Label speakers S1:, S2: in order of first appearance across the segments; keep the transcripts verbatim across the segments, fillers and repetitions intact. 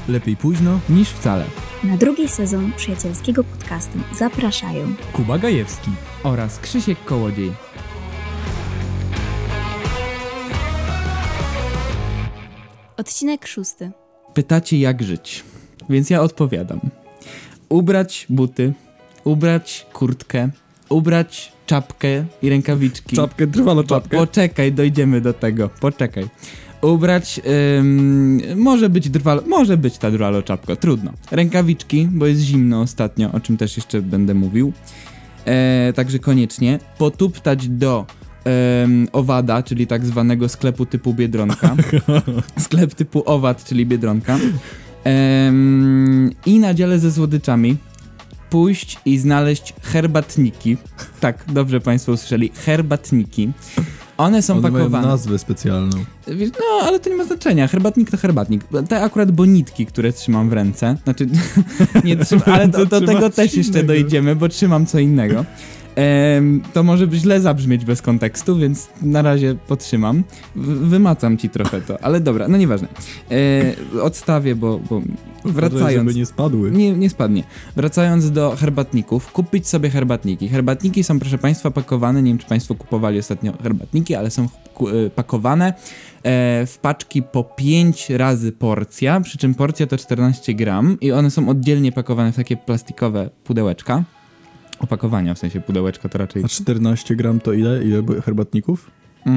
S1: Lepiej późno
S2: niż wcale.
S3: Na drugi sezon przyjacielskiego podcastu zapraszają
S2: Kuba Gajewski oraz Krzysiek Kołodziej.
S3: Odcinek szósty.
S2: Pytacie, jak żyć, więc ja odpowiadam. Ubrać buty, ubrać kurtkę, ubrać czapkę i rękawiczki.
S1: Czapkę, trwalo czapkę.
S2: Po, poczekaj, dojdziemy do tego, poczekaj. Ubrać, ym, może być drwalo, może być ta drwalo czapka, trudno. Rękawiczki, bo jest zimno ostatnio, o czym też jeszcze będę mówił. E, także koniecznie. Potuptać do ym, owada, czyli tak zwanego sklepu typu Biedronka. Sklep typu owad, czyli Biedronka. Ym, I na dziale ze słodyczami pójść i znaleźć herbatniki. Tak, dobrze państwo usłyszeli. Herbatniki. One są
S1: One
S2: pakowane.
S1: mają nazwę specjalną.
S2: No, ale to nie ma znaczenia. Herbatnik to herbatnik. Te akurat bonitki, które trzymam w ręce. Znaczy, nie trzymam, ale do, do tego też jeszcze dojdziemy, bo trzymam co innego. Ehm, to może by źle zabrzmieć bez kontekstu, więc na razie potrzymam. W- wymacam ci trochę to, ale dobra, no nieważne. E, odstawię, bo, bo wracając...
S1: Żeby nie spadły.
S2: Nie, nie spadnie. Wracając do herbatników, kupić sobie herbatniki. Herbatniki są, proszę państwa, pakowane, nie wiem, czy państwo kupowali ostatnio herbatniki, ale są ku, e, pakowane e, w paczki po pięć razy porcja, przy czym porcja to czternaście gram i one są oddzielnie pakowane w takie plastikowe pudełeczka. Opakowania, w sensie pudełeczka to raczej...
S1: A czternaście gram to ile? Ile herbatników?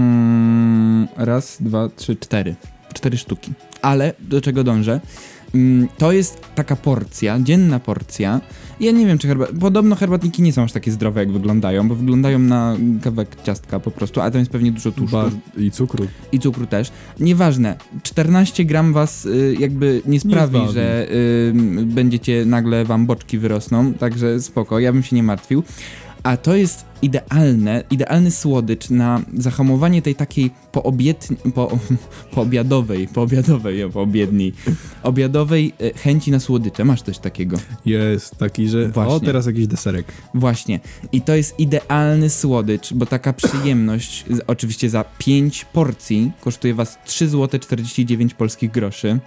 S2: Mm, raz, dwa, trzy, cztery. Cztery sztuki. Ale do czego dążę? Mm, to jest taka porcja, dzienna porcja. Ja nie wiem, czy herba... Podobno herbatniki nie są aż takie zdrowe, jak wyglądają, bo wyglądają na kawałek ciastka po prostu, a tam jest pewnie dużo tłuszczu.
S1: Bar- I cukru.
S2: I cukru też. Nieważne. czternaście gram was y, jakby nie sprawi,
S1: Nie
S2: że y, będziecie, nagle wam boczki wyrosną, także spoko, ja bym się nie martwił. A to jest idealne, idealny słodycz na zahamowanie tej takiej poobiedni, po, poobiadowej, poobiadowej, ja poobiedniej, obiadowej e, chęci na słodycze. Masz coś takiego?
S1: Jest, taki, że
S2: Właśnie.
S1: o, teraz jakiś deserek.
S2: Właśnie. I to jest idealny słodycz, bo taka przyjemność, z, oczywiście za pięć porcji, kosztuje was trzy złote czterdzieści dziewięć polskich groszy,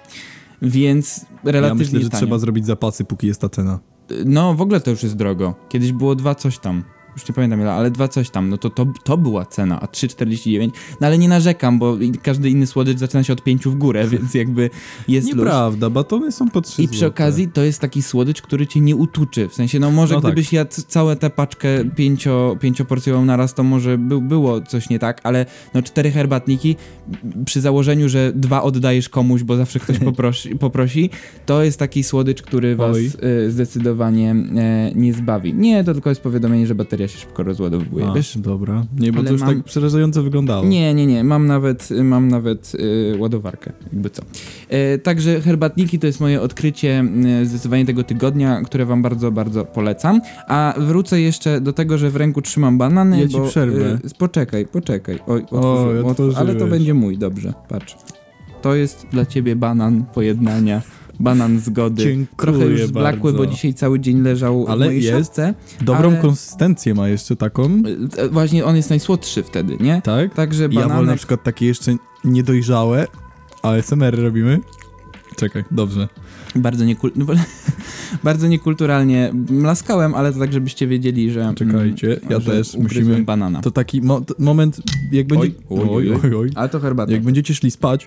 S2: więc relatywnie
S1: Ja myślę, że
S2: tanio.
S1: trzeba zrobić zapasy, póki jest ta cena.
S2: No, w ogóle to już jest drogo. Kiedyś było dwa coś tam. Już nie pamiętam ile, ale dwa coś tam. No to to, to była cena, a trzy czterdzieści dziewięć. No ale nie narzekam, bo każdy inny słodycz zaczyna się od pięciu w górę, więc jakby jest luz.
S1: Nieprawda, batony są po trzy
S2: I przy
S1: złote.
S2: okazji to jest taki słodycz, który cię nie utuczy. W sensie, no może
S1: No
S2: gdybyś
S1: tak.
S2: jadł całą tę paczkę pięcio, pięcioporcjową naraz, to może by, było coś nie tak, ale no cztery herbatniki przy założeniu, że dwa oddajesz komuś, bo zawsze ktoś poprosi, poprosi to jest taki słodycz, który was
S1: Oj.
S2: y, zdecydowanie y, nie zbawi. Nie, to tylko jest powiadomienie, że bateria się szybko rozładowuje.
S1: A,
S2: Wiesz?
S1: dobra. Nie, bo
S2: Ale
S1: to już
S2: mam-
S1: tak przerażająco wyglądało.
S2: Nie, nie, nie. Mam nawet, mam nawet y, ładowarkę, jakby co. Y, także herbatniki to jest moje odkrycie y, zdecydowanie tego tygodnia, które wam bardzo, bardzo polecam. A wrócę jeszcze do tego, że w ręku trzymam banany,
S1: Ja ci
S2: bo...
S1: przerwę.
S2: Y, poczekaj, poczekaj. Oj,
S1: Oj,
S2: otworzyłem, otw- ale to
S1: otworzyłeś.
S2: będzie mój, dobrze, patrz. To jest dla ciebie banan pojednania. Banan zgody.
S1: Dziękuję
S2: Trochę już zblakły,
S1: bardzo.
S2: bo dzisiaj cały dzień leżał
S1: Ale
S2: w mojej
S1: jest.
S2: szafce.
S1: Dobrą
S2: ale-
S1: konsystencję ma jeszcze taką.
S2: Y, y, Właśnie on jest najsłodszy wtedy, nie?
S1: Tak?
S2: Także
S1: I ja wolę na
S2: bananek...
S1: przykład takie jeszcze niedojrzałe, a S M R robimy. Czekaj, dobrze.
S2: Bardzo, niekul... no, bardzo niekulturalnie mlaskałem, ale to tak, żebyście wiedzieli, że...
S1: Czekajcie, ja
S2: że
S1: też
S2: ugryzłem
S1: musimy-
S2: banana.
S1: To taki mo- t- moment, jak będzie...
S2: Oj, oj, oj.
S1: oj, oj.
S2: Ale to herbata.
S1: Jak będziecie szli spać,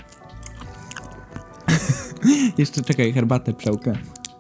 S2: Jeszcze czekaj, herbatę przełkę.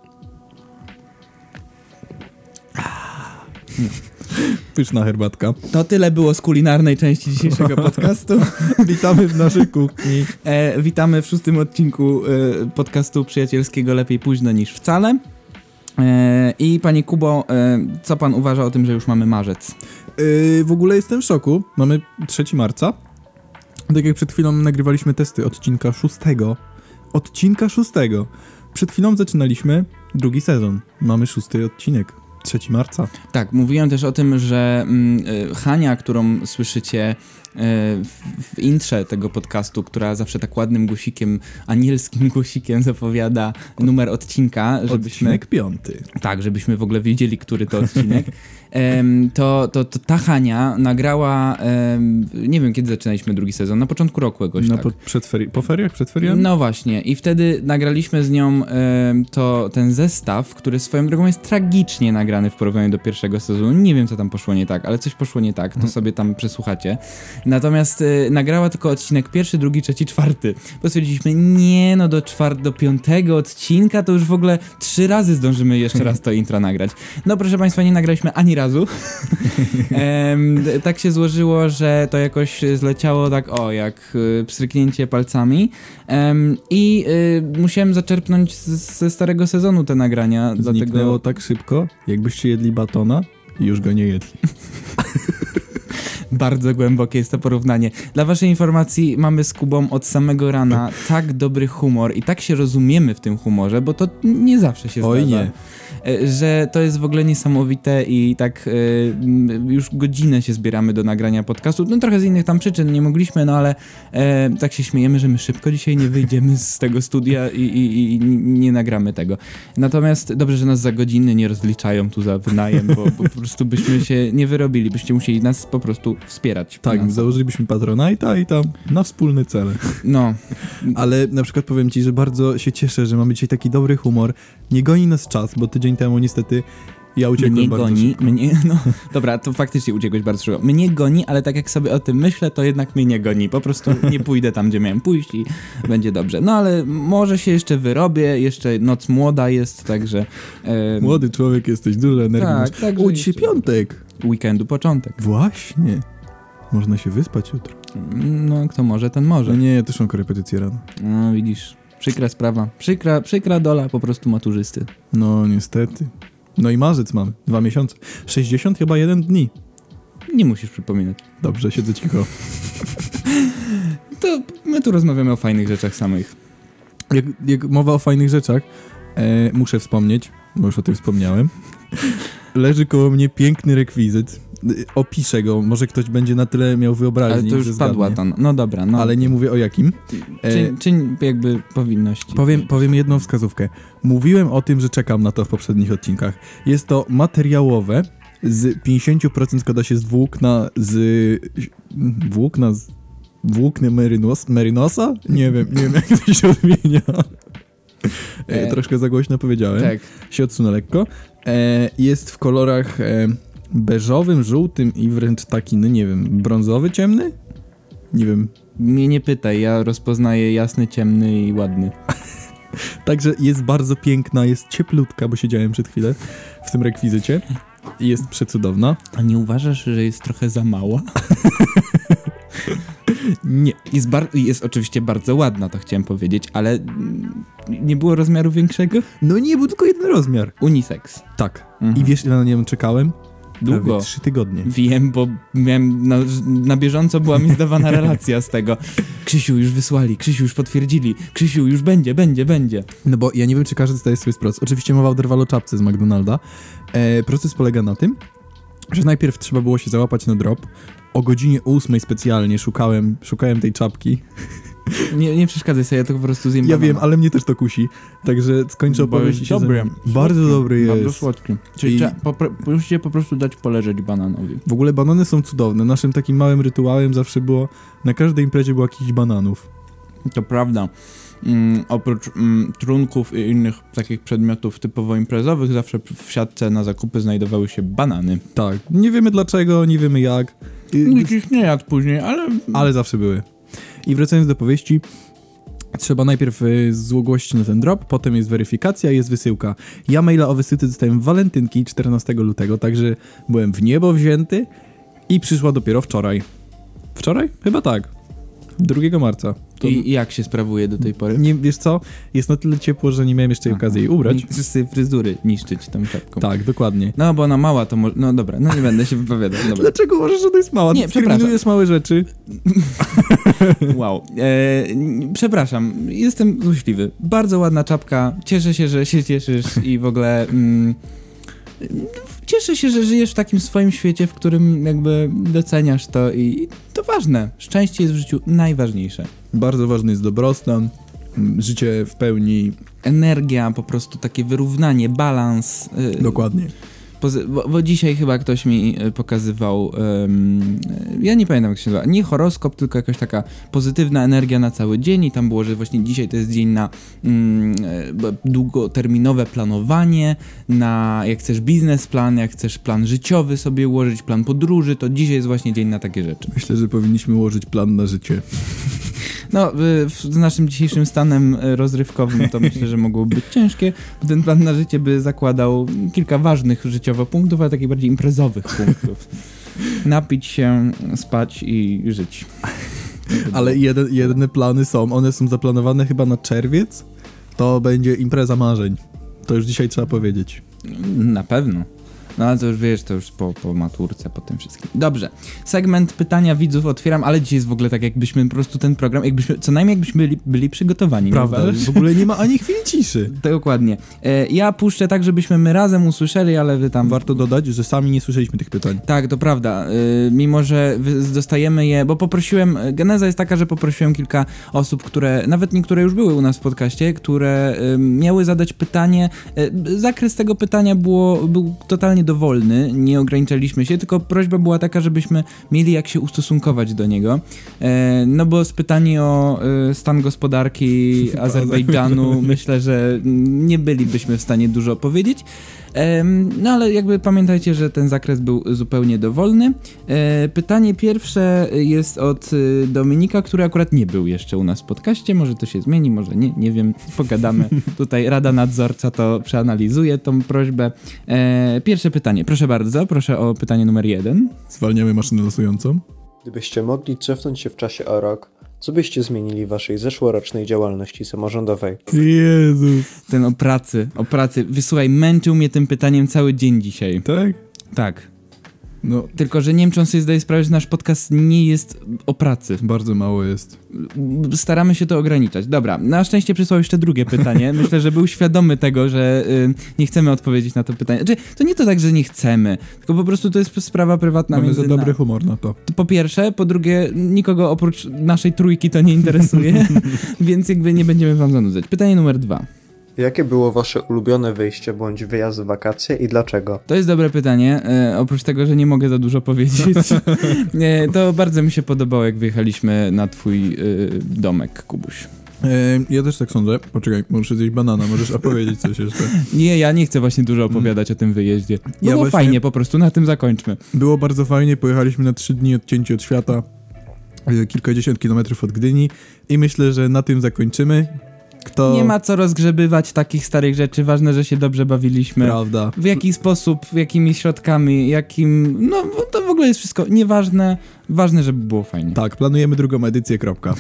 S1: pyszna herbatka.
S2: To tyle było z kulinarnej części dzisiejszego podcastu.
S1: Witamy w naszej kuchni.
S2: E, witamy w szóstym odcinku e, podcastu przyjacielskiego Lepiej późno niż wcale. E, I panie Kubo, e, co pan uważa o tym, że już mamy marzec?
S1: Yy, w ogóle jestem w szoku. Mamy trzeciego marca. Tak jak przed chwilą nagrywaliśmy testy odcinka szóstego. Odcinka szóstego. Przed chwilą zaczynaliśmy drugi sezon. Mamy szósty odcinek. trzeciego marca.
S2: Tak, mówiłem też o tym, że mm, y, Hania, którą słyszycie y, w, w intrze tego podcastu, która zawsze tak ładnym głosikiem, anielskim głosikiem zapowiada numer odcinka, żebyśmy...
S1: Odcinek piąty.
S2: Tak, żebyśmy w ogóle wiedzieli, który to odcinek. em, to, to, to ta Hania nagrała, em, nie wiem kiedy zaczynaliśmy drugi sezon, na początku roku jakoś
S1: No,
S2: tak.
S1: po, przed feri- po feriach? Przed feriami?
S2: No właśnie i wtedy nagraliśmy z nią em, to, ten zestaw, który swoją drogą jest tragicznie nagrany w porównaniu do pierwszego sezonu. Nie wiem co tam poszło nie tak, ale coś poszło nie tak, to
S1: Mhm.
S2: sobie tam przesłuchacie. Natomiast y, nagrała tylko odcinek pierwszy, drugi, trzeci, czwarty. Bo stwierdziliśmy, nie no do czwart, do piątego odcinka to już w ogóle trzy razy zdążymy jeszcze raz to intro nagrać. No proszę państwa, nie nagraliśmy ani razu. em, tak się złożyło, że to jakoś zleciało tak o, jak y, pstryknięcie palcami. Em, I y, musiałem zaczerpnąć z, ze starego sezonu te nagrania.
S1: Zniknęło
S2: Dlatego
S1: tak szybko, jakbyście jedli batona i już go nie jedli.
S2: bardzo głębokie jest to porównanie. Dla waszej informacji mamy z Kubą od samego rana tak dobry humor i tak się rozumiemy w tym humorze, bo to nie zawsze się
S1: Oj
S2: zdarza.
S1: nie.
S2: E, Że to jest w ogóle niesamowite i tak e, m, już godzinę się zbieramy do nagrania podcastu. No trochę z innych tam przyczyn nie mogliśmy, no ale e, tak się śmiejemy, że my szybko dzisiaj nie wyjdziemy z tego studia i, i, i nie nagramy tego. Natomiast dobrze, że nas za godziny nie rozliczają tu za wynajem, bo, bo po prostu byśmy się nie wyrobili, byście musieli nas po prostu wspierać.
S1: Tak,
S2: finansowo.
S1: założylibyśmy Patronite'a i tam na wspólne cele.
S2: No,
S1: Ale na przykład powiem ci, że bardzo się cieszę, że mamy dzisiaj taki dobry humor. Nie goni nas czas, bo tydzień temu niestety ja uciekłem
S2: mnie
S1: bardzo
S2: goni,
S1: szybko.
S2: mnie, no dobra, to faktycznie uciekłeś bardzo szybko. Mnie goni, ale tak jak sobie o tym myślę, to jednak mnie nie goni. Po prostu nie pójdę tam, gdzie miałem pójść i będzie dobrze. No ale może się jeszcze wyrobię, jeszcze noc młoda jest, także... E,
S1: Młody człowiek jesteś, dużo energii
S2: Tak,
S1: masz.
S2: tak,
S1: O, dzisiaj
S2: rzeczywiście.
S1: piątek.
S2: Weekendu początek.
S1: Właśnie. Można się wyspać jutro.
S2: No, kto może, ten może.
S1: No nie, ja też mam korepetycję rano.
S2: No, widzisz, przykra sprawa. Przykra, przykra dola po prostu maturzysty.
S1: No niestety. No i marzec mamy. Dwa miesiące. sześćdziesiąt chyba jeden dni.
S2: Nie musisz przypominać.
S1: Dobrze, siedzę cicho.
S2: To my tu rozmawiamy o fajnych rzeczach samych.
S1: Jak, jak mowa o fajnych rzeczach, e, muszę wspomnieć, bo już o tym wspomniałem. Leży koło mnie piękny rekwizyt. E, Opiszę go, może ktoś będzie na tyle miał wyobraźnię,
S2: Ale to już
S1: że
S2: padła
S1: zgadnie.
S2: ta... No dobra, no.
S1: Ale nie mówię o jakim. E,
S2: Czyń, czyń jakby powinności.
S1: Powiem, powiem jedną wskazówkę. Mówiłem o tym, że czekam na to w poprzednich odcinkach. Jest to materiałowe, z pięćdziesiąt procent składa się z włókna, z... włókna z... włókny merynos, merynosa? Nie wiem, nie wiem jak to się odmienia. E,
S2: E,
S1: troszkę za głośno powiedziałem.
S2: Tak.
S1: Się odsunę lekko. E, jest w kolorach e, beżowym, żółtym i wręcz taki, no nie wiem, brązowy, ciemny? Nie wiem.
S2: Mnie nie pytaj, ja rozpoznaję jasny, ciemny i ładny.
S1: Także jest bardzo piękna, jest cieplutka, bo siedziałem przed chwilę w tym rekwizycie. I jest przecudowna.
S2: A nie uważasz, że jest trochę za mała?
S1: Nie.
S2: Jest, bar- jest oczywiście bardzo ładna, to chciałem powiedzieć, ale mm, nie było rozmiaru większego?
S1: No nie, był tylko jeden rozmiar.
S2: Unisex.
S1: Tak.
S2: Mhm.
S1: I wiesz, ile na nią czekałem?
S2: Długo.
S1: Prawie trzy tygodnie.
S2: Wiem, bo miałem na, na bieżąco była mi zdawana relacja z tego. Krzysiu, już wysłali, Krzysiu, już potwierdzili, Krzysiu, już będzie, będzie, będzie.
S1: No bo ja nie wiem, czy każdy zdaje sobie sprawę. Oczywiście mowa o drwaloczapce z McDonalda. E, proces polega na tym, że najpierw trzeba było się załapać na drop. O godzinie ósmej specjalnie szukałem, szukałem tej czapki.
S2: Nie, nie przeszkadzaj sobie, ja to po prostu zjem
S1: Ja
S2: banana.
S1: wiem, ale mnie też to kusi. Także skończę
S2: Bo
S1: opowieść
S2: jest
S1: i się
S2: dobry.
S1: zamienię. Bardzo dobry
S2: Bardzo
S1: jest.
S2: słodki. Czyli
S1: I-
S2: trzeba po, musicie po prostu dać poleżeć bananowi.
S1: W ogóle banany są cudowne. Naszym takim małym rytuałem zawsze było, na każdej imprezie było jakiś bananów.
S2: To prawda. Mm, oprócz mm, trunków i innych takich przedmiotów typowo imprezowych, zawsze w siatce na zakupy znajdowały się banany.
S1: Tak. Nie wiemy dlaczego, nie wiemy jak. Y,
S2: Nikt ich nie jadł później, ale...
S1: ale zawsze były. I wracając do powieści, trzeba najpierw y, zgłosić na ten drop, potem jest weryfikacja i jest wysyłka. Ja maila o wysyłce dostałem w walentynki czternastego lutego, także byłem w niebo wzięty i przyszła dopiero wczoraj. Wczoraj? Chyba tak. drugiego marca. To
S2: I, I jak się sprawuje do tej pory?
S1: nie, wiesz co? Jest na tyle ciepło, że nie miałem jeszcze okazji jej ubrać.
S2: Nie chcesz sobie fryzury niszczyć tą czapką.
S1: Tak, dokładnie.
S2: No, bo ona mała, to może... No dobra, no nie będę się wypowiadał. Dobra.
S1: Dlaczego uważasz, że to jest mała?
S2: Nie,
S1: Dyskryminujesz małe rzeczy.
S2: Wow. E, n- przepraszam, jestem złośliwy. Bardzo ładna czapka. Cieszę się, że się cieszysz i w ogóle... Mm, Cieszę się, że żyjesz w takim swoim świecie, w którym jakby doceniasz to i to ważne. Szczęście jest w życiu najważniejsze.
S1: Bardzo ważny jest dobrostan, życie w pełni.
S2: Energia, po prostu takie wyrównanie, balans.
S1: Dokładnie.
S2: Pozy- bo, bo dzisiaj chyba ktoś mi pokazywał, um, ja nie pamiętam jak się nazywa, nie horoskop, tylko jakaś taka pozytywna energia na cały dzień i tam było, że właśnie dzisiaj to jest dzień na um, długoterminowe planowanie, na jak chcesz biznesplan, jak chcesz plan życiowy sobie ułożyć, plan podróży, to dzisiaj jest właśnie dzień na takie rzeczy.
S1: Myślę, że powinniśmy ułożyć plan na życie.
S2: No, z naszym dzisiejszym stanem rozrywkowym to myślę, że mogłoby być ciężkie, bo ten plan na życie by zakładał kilka ważnych życiowo punktów, ale takich bardziej imprezowych punktów. Napić się, spać i żyć.
S1: Ale jeden, jedne plany są, one są zaplanowane chyba na czerwiec, to będzie impreza marzeń. To już dzisiaj trzeba powiedzieć.
S2: Na pewno. No ale to już wiesz, to już po, po maturce, po tym wszystkim. Dobrze, segment pytania widzów otwieram, ale dzisiaj jest w ogóle tak, jakbyśmy po prostu ten program, jakbyśmy, co najmniej jakbyśmy byli, byli przygotowani.
S1: Prawda, w ogóle nie ma ani chwili ciszy.
S2: Dokładnie. E, ja puszczę tak, żebyśmy my razem usłyszeli, ale wy tam...
S1: Warto dodać, że sami nie słyszeliśmy tych pytań.
S2: Tak, to prawda. E, mimo, że dostajemy je, bo poprosiłem, geneza jest taka, że poprosiłem kilka osób, które, nawet niektóre już były u nas w podcaście, które e, miały zadać pytanie. E, zakres tego pytania było, był totalnie dowolny, nie ograniczaliśmy się, tylko prośba była taka, żebyśmy mieli jak się ustosunkować do niego. E, no bo z pytanie o e, stan gospodarki Azerbejdżanu myślę, że nie bylibyśmy w stanie dużo powiedzieć. E, no ale jakby pamiętajcie, że ten zakres był zupełnie dowolny. E, pytanie pierwsze jest od e, Dominika, który akurat nie był jeszcze u nas w podcaście. Może to się zmieni, może nie, nie wiem. Pogadamy. Tutaj Rada Nadzorcza to przeanalizuje tą prośbę. E, pierwsze pytanie. Proszę bardzo, proszę o pytanie numer jeden.
S1: Zwalniamy maszynę losującą.
S4: Gdybyście mogli cofnąć się w czasie o rok, co byście zmienili w waszej zeszłorocznej działalności samorządowej?
S1: Jezus.
S2: Ten o pracy, o pracy. Wysłuchaj, męczył mnie tym pytaniem cały dzień dzisiaj.
S1: Tak?
S2: Tak.
S1: No,
S2: Tylko, że nie wiem, czy on sobie zdaje sprawę, że nasz podcast nie jest o pracy.
S1: bardzo mało jest.
S2: Staramy się to ograniczać. Dobra, na szczęście przysłał jeszcze drugie pytanie. Myślę, że był świadomy tego, że y, nie chcemy odpowiedzieć na to pytanie. Znaczy, to nie to tak, że nie chcemy, tylko po prostu to jest sprawa prywatna
S1: Mamy
S2: między
S1: za dobry
S2: nami.
S1: humor na to.
S2: Po pierwsze, po drugie, nikogo oprócz naszej trójki to nie interesuje, więc jakby nie będziemy wam zanudzać. Pytanie numer dwa.
S4: Jakie było wasze ulubione wyjście bądź wyjazd w wakacje i dlaczego?
S2: To jest dobre pytanie, e, oprócz tego, że nie mogę za dużo powiedzieć. e, to bardzo mi się podobało, jak wyjechaliśmy na twój e, domek, Kubuś.
S1: E, ja też tak sądzę. Poczekaj, muszę zjeść banana, możesz opowiedzieć coś jeszcze.
S2: Nie, ja nie chcę właśnie dużo opowiadać mm. o tym wyjeździe. Było
S1: Ja właśnie...
S2: fajnie, po prostu na tym zakończmy.
S1: Było bardzo fajnie, pojechaliśmy na trzy dni odcięci od świata, e, kilkadziesiąt kilometrów od Gdyni i myślę, że na tym zakończymy. Kto...
S2: Nie ma co rozgrzebywać takich starych rzeczy, ważne, że się dobrze bawiliśmy.
S1: Prawda.
S2: W jaki sposób, jakimi środkami, jakim... No, to w ogóle jest wszystko nieważne, ważne, żeby było fajnie.
S1: Tak, planujemy drugą edycję, kropka.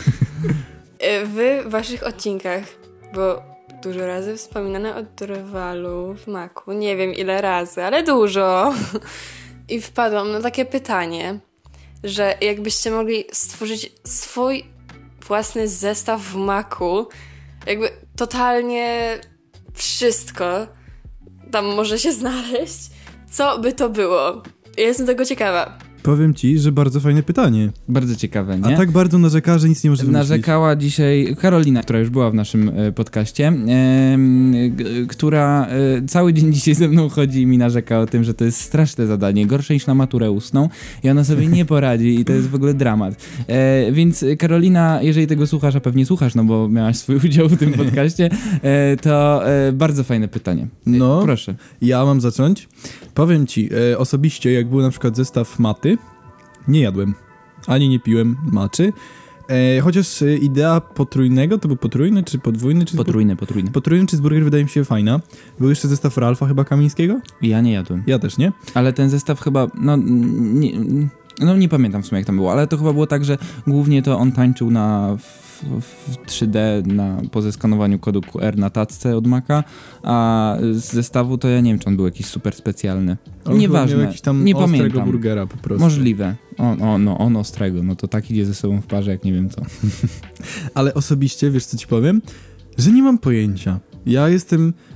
S5: W waszych odcinkach, bo dużo razy wspominane o Drwalu w Maku, nie wiem ile razy, ale dużo. I wpadłam na takie pytanie, że jakbyście mogli stworzyć swój własny zestaw w Maku, jakby totalnie wszystko tam może się znaleźć, co by to było? Ja jestem tego ciekawa.
S1: Powiem ci, że bardzo fajne pytanie.
S2: Bardzo ciekawe, nie?
S1: A tak bardzo narzeka, że nic nie może wymyślić.
S2: Narzekała dzisiaj Karolina, która już była w naszym e, podcaście, e, g, która e, cały dzień dzisiaj ze mną chodzi i mi narzeka o tym, że to jest straszne zadanie, gorsze niż na maturę ustną i ona sobie nie poradzi i to jest w ogóle dramat. E, więc Karolina, jeżeli tego słuchasz, a pewnie słuchasz, no bo miałaś swój udział w tym podcaście, e, to e, bardzo fajne pytanie. E,
S1: No,
S2: proszę.
S1: Ja mam zacząć. Powiem ci, e, osobiście, jak był na przykład zestaw maty, nie jadłem, ani nie piłem maczy, e, chociaż e, idea potrójnego, to był potrójny czy podwójny? Czy
S2: Potrójny, potrójny.
S1: Potrójny cheeseburger wydaje mi się fajna. Był jeszcze zestaw Ralfa chyba Kamińskiego?
S2: Ja nie jadłem.
S1: Ja też, nie?
S2: Ale ten zestaw chyba, no nie, no nie pamiętam w sumie jak tam było, ale to chyba było tak, że głównie to on tańczył na w, w trzy D na, po zeskanowaniu kodu Q R na tacce od Maca, a z zestawu to ja nie wiem, czy on był jakiś super specjalny.
S1: On
S2: Nieważne,
S1: miał jakiś tam
S2: nie
S1: ostrego
S2: pamiętam.
S1: burgera po prostu.
S2: Możliwe. On, on, no, on ostrego, no to tak idzie ze sobą w parze, jak nie wiem co.
S1: Ale osobiście, wiesz co ci powiem? Że nie mam pojęcia. Ja jestem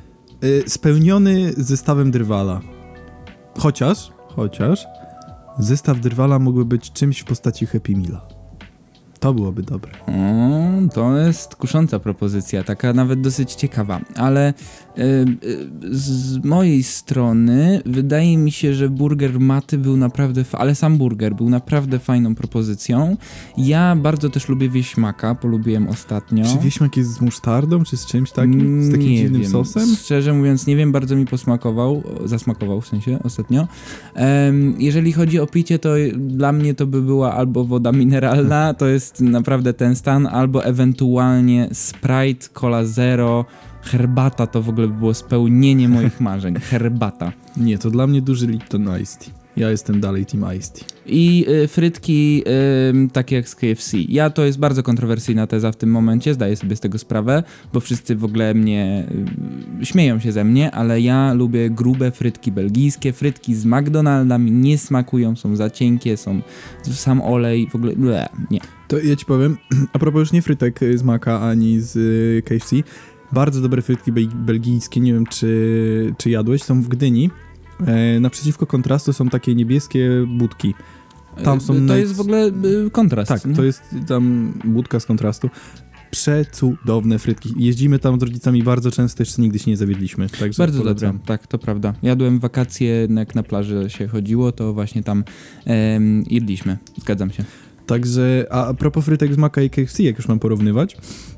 S1: y, spełniony zestawem Drwala. Chociaż, chociaż zestaw Drwala mógłby być czymś w postaci Happy Meala. To byłoby dobre.
S2: O, to jest kusząca propozycja, taka nawet dosyć ciekawa, ale y, y, z mojej strony wydaje mi się, że burger Maty był naprawdę, fa- ale sam burger był naprawdę fajną propozycją. Ja bardzo też lubię wieśmaka, polubiłem ostatnio.
S1: Czy wieśmak jest z musztardą, czy z czymś takim? Z takim
S2: nie
S1: dziwnym
S2: wiem.
S1: sosem?
S2: Szczerze mówiąc, nie wiem, bardzo mi posmakował, zasmakował w sensie ostatnio. Um, jeżeli chodzi o picie, to dla mnie to by była albo woda mineralna, to jest naprawdę ten stan, albo ewentualnie Sprite, Cola Zero, herbata, to w ogóle by było spełnienie moich marzeń. Herbata.
S1: Nie, to dla mnie duży Lipton Iced Tea. Ja jestem dalej Team Iced Tea.
S2: I y, frytki y, takie jak z K F C. Ja to jest bardzo kontrowersyjna teza w tym momencie, zdaję sobie z tego sprawę, bo wszyscy w ogóle mnie y, śmieją się ze mnie, ale ja lubię grube frytki belgijskie. Frytki z McDonalda mi nie smakują, są za cienkie, są sam olej, w ogóle ble, nie.
S1: To ja ci powiem, a propos już nie frytek z Maka ani z y, K F C, bardzo dobre frytki be- belgijskie, nie wiem czy, czy jadłeś, są w Gdyni. E, naprzeciwko kontrastu są takie niebieskie budki. Tam są
S2: to
S1: naj...
S2: jest w ogóle y, kontrast.
S1: Tak,
S2: nie?
S1: to jest tam budka z kontrastu. Przecudowne frytki. Jeździmy tam z rodzicami bardzo często, jeszcze nigdy się nie zawiedliśmy. Także
S2: Bardzo
S1: polecam.
S2: dobre, tak, to prawda. Jadłem w wakacje, jak na plaży się chodziło, to właśnie tam em, jedliśmy. Zgadzam się.
S1: Także, a, a propos frytek z Maka i K F C, jak już mam porównywać,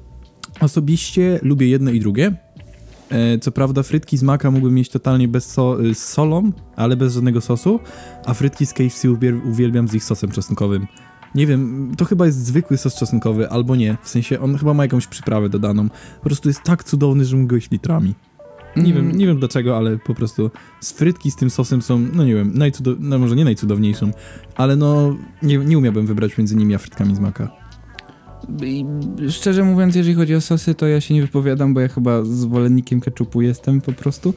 S1: osobiście lubię jedno i drugie. E, co prawda frytki z Maka mógłbym mieć totalnie bez so, z solą, ale bez żadnego sosu, a frytki z K F C uwiel- uwielbiam z ich sosem czosnkowym. Nie wiem, to chyba jest zwykły sos czosnkowy, albo nie. W sensie on chyba ma jakąś przyprawę dodaną. Po prostu jest tak cudowny, że mógł go jeść litrami. Nie,
S2: Mm.
S1: wiem, nie wiem dlaczego, ale po prostu z frytki z tym sosem są, no nie wiem, najcudow- no może nie najcudowniejszą, ale no nie, nie umiałbym wybrać między nimi a frytkami z Maka.
S2: I szczerze mówiąc, jeżeli chodzi o sosy, to ja się nie wypowiadam, bo ja chyba zwolennikiem ketchupu jestem po prostu.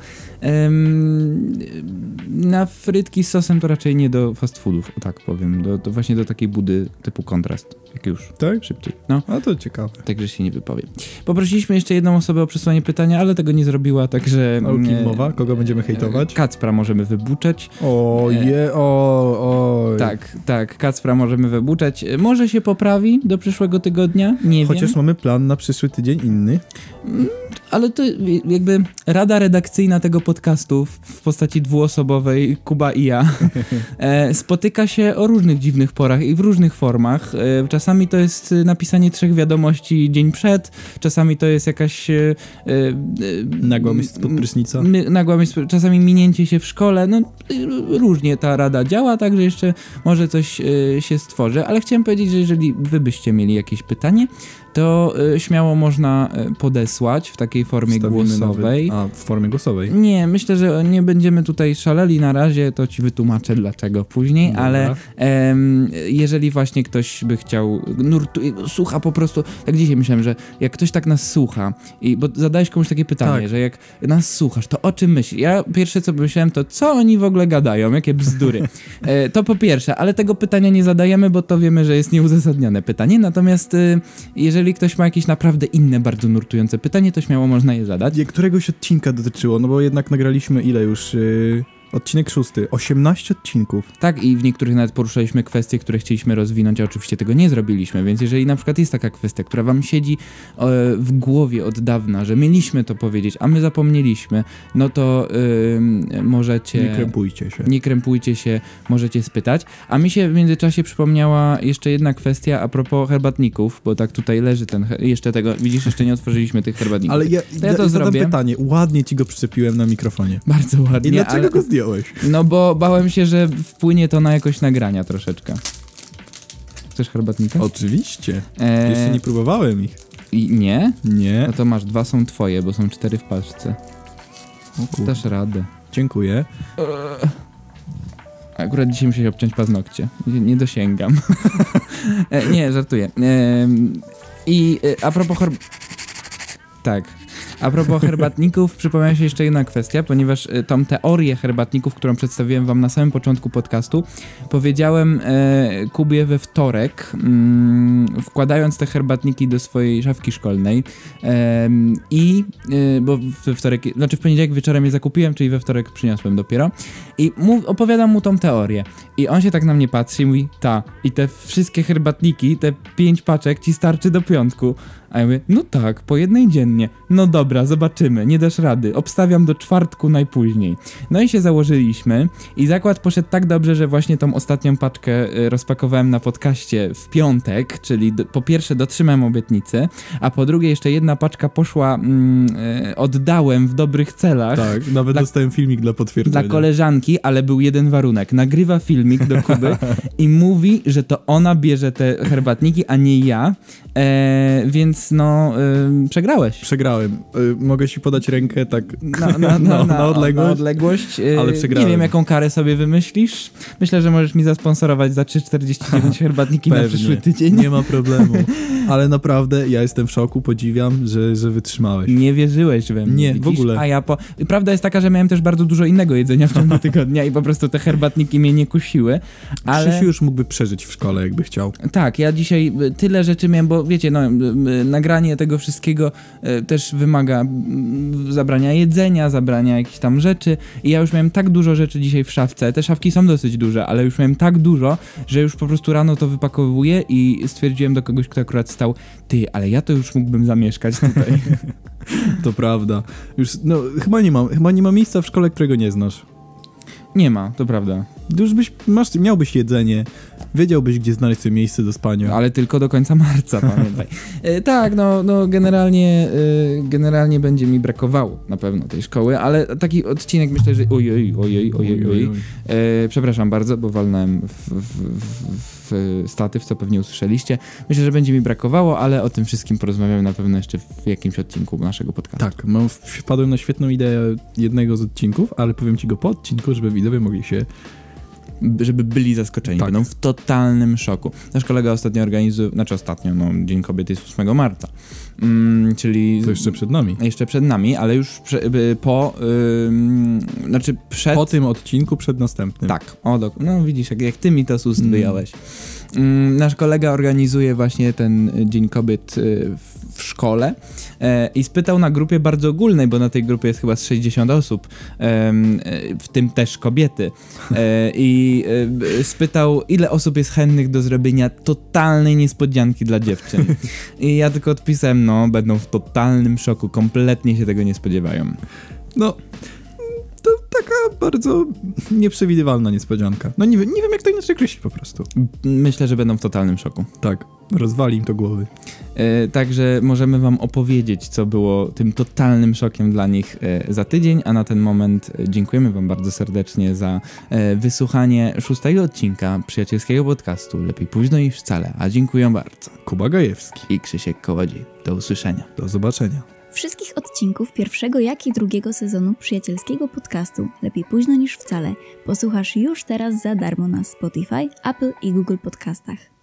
S2: Ehm, na frytki z sosem to raczej nie do fast foodów, o tak powiem. Do, do właśnie do takiej budy typu kontrast, jak już
S1: Tak?
S2: szybciej. No,
S1: A to ciekawe.
S2: także się nie wypowiem. Poprosiliśmy jeszcze jedną osobę o przesłanie pytania, ale tego nie zrobiła, także...
S1: O kim
S2: e,
S1: mowa? Kogo będziemy hejtować?
S2: Kacpra możemy wybuczeć.
S1: O je, o, o.
S2: Tak, tak, Kacpra możemy wybuczać. Może się poprawi do przyszłego tygodnia, nie
S1: Chociaż
S2: wiem.
S1: mamy plan na przyszły tydzień inny.
S2: Ale to jakby rada redakcyjna tego podcastu w- w postaci dwuosobowej, Kuba i ja, e, spotyka się o różnych dziwnych porach i w różnych formach. E, czasami to jest e, napisanie trzech wiadomości dzień przed, czasami to jest jakaś... E, e,
S1: Nagła myśl spod prysznica.
S2: My, nagła myśl, czasami minięcie się w szkole, no y, różnie ta rada działa, także jeszcze może coś y, się stworzy, ale chciałem powiedzieć, że jeżeli wy byście mieli jakieś pytanie, to y, śmiało można y, podesłać w takiej formie
S1: Wstawimy
S2: głosowej.
S1: Nowy, a, w formie głosowej.
S2: Nie, myślę, że nie będziemy tutaj szaleli na razie, to ci wytłumaczę dlaczego później,
S1: Dobra.
S2: ale em, jeżeli właśnie ktoś by chciał, nurtu, słucha po prostu, tak dzisiaj myślałem, że jak ktoś tak nas słucha, i, bo zadałeś komuś takie pytanie,
S1: Tak.
S2: że jak nas słuchasz, to o czym myślisz? Ja pierwsze co myślałem, to co oni w ogóle gadają, jakie bzdury. E, to po pierwsze, ale tego pytania nie zadajemy, bo to wiemy, że jest nieuzasadnione pytanie, natomiast e, jeżeli ktoś ma jakieś naprawdę inne, bardzo nurtujące pytanie, to śmiało można je zadać.
S1: Je- Któregoś odcinka dotyczyło, no bo jednak nagraliśmy ile już? Yy, odcinek szósty. osiemnaście odcinków.
S2: Tak, i w niektórych nawet poruszaliśmy kwestie, które chcieliśmy rozwinąć, a oczywiście tego nie zrobiliśmy, więc jeżeli na przykład jest taka kwestia, która wam siedzi e, w głowie od dawna, że mieliśmy to powiedzieć, a my zapomnieliśmy, no to e, możecie...
S1: Nie krępujcie się.
S2: Nie krępujcie się, możecie spytać. A mi się w międzyczasie przypomniała jeszcze jedna kwestia a propos herbatników, bo tak tutaj leży ten, he- jeszcze tego, widzisz, jeszcze nie otworzyliśmy tych herbatników.
S1: Ale ja,
S2: To ja to
S1: zadam
S2: zrobię.
S1: pytanie. Ładnie ci go przyczepiłem na mikrofonie.
S2: Bardzo
S1: I
S2: ładnie,
S1: dlaczego
S2: ale...
S1: go zdjąłeś?
S2: No bo bałem się, że wpłynie to na jakość nagrania troszeczkę. Chcesz herbatnika?
S1: Oczywiście.
S2: Eee,
S1: Jeszcze nie próbowałem ich.
S2: i nie?
S1: Nie.
S2: No to masz, dwa są twoje, bo są cztery w paczce.
S1: O kur...
S2: Dasz radę.
S1: Dziękuję.
S2: Akurat dzisiaj muszę się obciąć paznokcie. Nie, nie dosięgam. e, nie, żartuję. E, I e, a propos herb... Tak. A propos herbatników, przypomniała się jeszcze jedna kwestia, ponieważ y, tą teorię herbatników, którą przedstawiłem wam na samym początku podcastu, powiedziałem e, Kubie we wtorek, mm, wkładając te herbatniki do swojej szafki szkolnej e, i, e, bo we wtorek, znaczy w poniedziałek wieczorem je zakupiłem, czyli we wtorek przyniosłem dopiero i mów, opowiadam mu tą teorię i on się tak na mnie patrzy i mówi, ta, i te wszystkie herbatniki, te pięć paczek ci starczy do piątku. A ja mówię, no tak, po jednej dziennie. No dobra, zobaczymy, nie dasz rady. Obstawiam do czwartku najpóźniej. No i się założyliśmy i zakład poszedł tak dobrze, że właśnie tą ostatnią paczkę y, rozpakowałem na podcaście w piątek, czyli do, po pierwsze dotrzymałem obietnicy, a po drugie jeszcze jedna paczka poszła, mm, y, oddałem w dobrych celach.
S1: Tak, nawet
S2: dla,
S1: dostałem filmik dla potwierdzenia.
S2: Dla koleżanki, ale był jeden warunek. Nagrywa filmik do Kuby i mówi, że to ona bierze te herbatniki, a nie ja, e, więc no, y, przegrałeś.
S1: Przegrałem. Y, mogę ci podać rękę tak
S2: na, na, na,
S1: no,
S2: na,
S1: na odległość,
S2: na odległość y,
S1: ale przegrałem.
S2: Nie wiem, jaką karę sobie wymyślisz. Myślę, że możesz mi zasponsorować za trzy czterdzieści dziewięć herbatniki na przyszły tydzień.
S1: Nie ma problemu. Ale naprawdę ja jestem w szoku, podziwiam, że, że wytrzymałeś.
S2: Nie wierzyłeś we mnie.
S1: Nie,
S2: widzisz?
S1: w ogóle.
S2: A ja po... Prawda jest taka, że miałem też bardzo dużo innego jedzenia w ciągu tygodnia i po prostu te herbatniki mnie nie kusiły. Ale...
S1: Krzysiu już mógłby przeżyć w szkole, jakby chciał.
S2: Tak, ja dzisiaj tyle rzeczy miałem, bo wiecie, no, nagranie tego wszystkiego też wymaga zabrania jedzenia, zabrania jakichś tam rzeczy i ja już miałem tak dużo rzeczy dzisiaj w szafce, te szafki są dosyć duże, ale już miałem tak dużo, że już po prostu rano to wypakowuję i stwierdziłem do kogoś, kto akurat stał, ty, ale ja to już mógłbym zamieszkać tutaj.
S1: To prawda. Już, no, chyba nie ma, chyba nie ma miejsca w szkole, którego nie znasz.
S2: Nie ma, to prawda.
S1: Już byś, masz, miałbyś jedzenie, wiedziałbyś, gdzie znaleźć sobie miejsce do spania.
S2: Ale tylko do końca marca, pamiętaj. E, tak, no, no generalnie, e, generalnie będzie mi brakowało na pewno tej szkoły, ale taki odcinek myślę, że ojej, ojej, ojej, ojej. E, przepraszam bardzo, bo walnąłem w, w, w, w statyw, co pewnie usłyszeliście. Myślę, że będzie mi brakowało, ale o tym wszystkim porozmawiamy na pewno jeszcze w jakimś odcinku naszego podcastu.
S1: Tak, mam, wpadłem na świetną ideę jednego z odcinków, ale powiem ci go po odcinku, żeby widzowie mogli się
S2: żeby byli zaskoczeni,
S1: tak.
S2: Będą w totalnym szoku. Nasz kolega ostatnio organizuje, znaczy ostatnio, no Dzień Kobiety jest ósmego marca, mm, czyli...
S1: To jeszcze przed nami.
S2: Jeszcze przed nami, ale już prze, po, yy, znaczy przed...
S1: Po tym odcinku, przed następnym.
S2: Tak, o, do, no widzisz, jak, jak ty mi to z ust
S1: mm.
S2: wyjąłeś. Mm, nasz kolega organizuje właśnie ten Dzień Kobiet y, w, w szkole e, i spytał na grupie bardzo ogólnej, bo na tej grupie jest chyba z sześćdziesiąt osób, e, w tym też kobiety. E, I e, spytał, ile osób jest chętnych do zrobienia totalnej niespodzianki dla dziewczyn. I ja tylko odpisałem, no, będą w totalnym szoku, kompletnie się tego nie spodziewają.
S1: No... To taka bardzo nieprzewidywalna niespodzianka. No nie, nie wiem, jak to inaczej określić po prostu.
S2: Myślę, że będą w totalnym szoku.
S1: Tak, rozwali im to głowy.
S2: E, także możemy wam opowiedzieć, co było tym totalnym szokiem dla nich e, za tydzień, a na ten moment e, dziękujemy wam bardzo serdecznie za e, wysłuchanie szóstego odcinka przyjacielskiego podcastu Lepiej późno niż wcale, a dziękuję bardzo.
S1: Kuba Gajewski
S2: i Krzysiek Kołodziej. Do usłyszenia.
S1: Do zobaczenia.
S3: Wszystkich odcinków pierwszego, jak i drugiego sezonu przyjacielskiego podcastu Lepiej późno niż wcale posłuchasz już teraz za darmo na Spotify, Apple i Google Podcastach.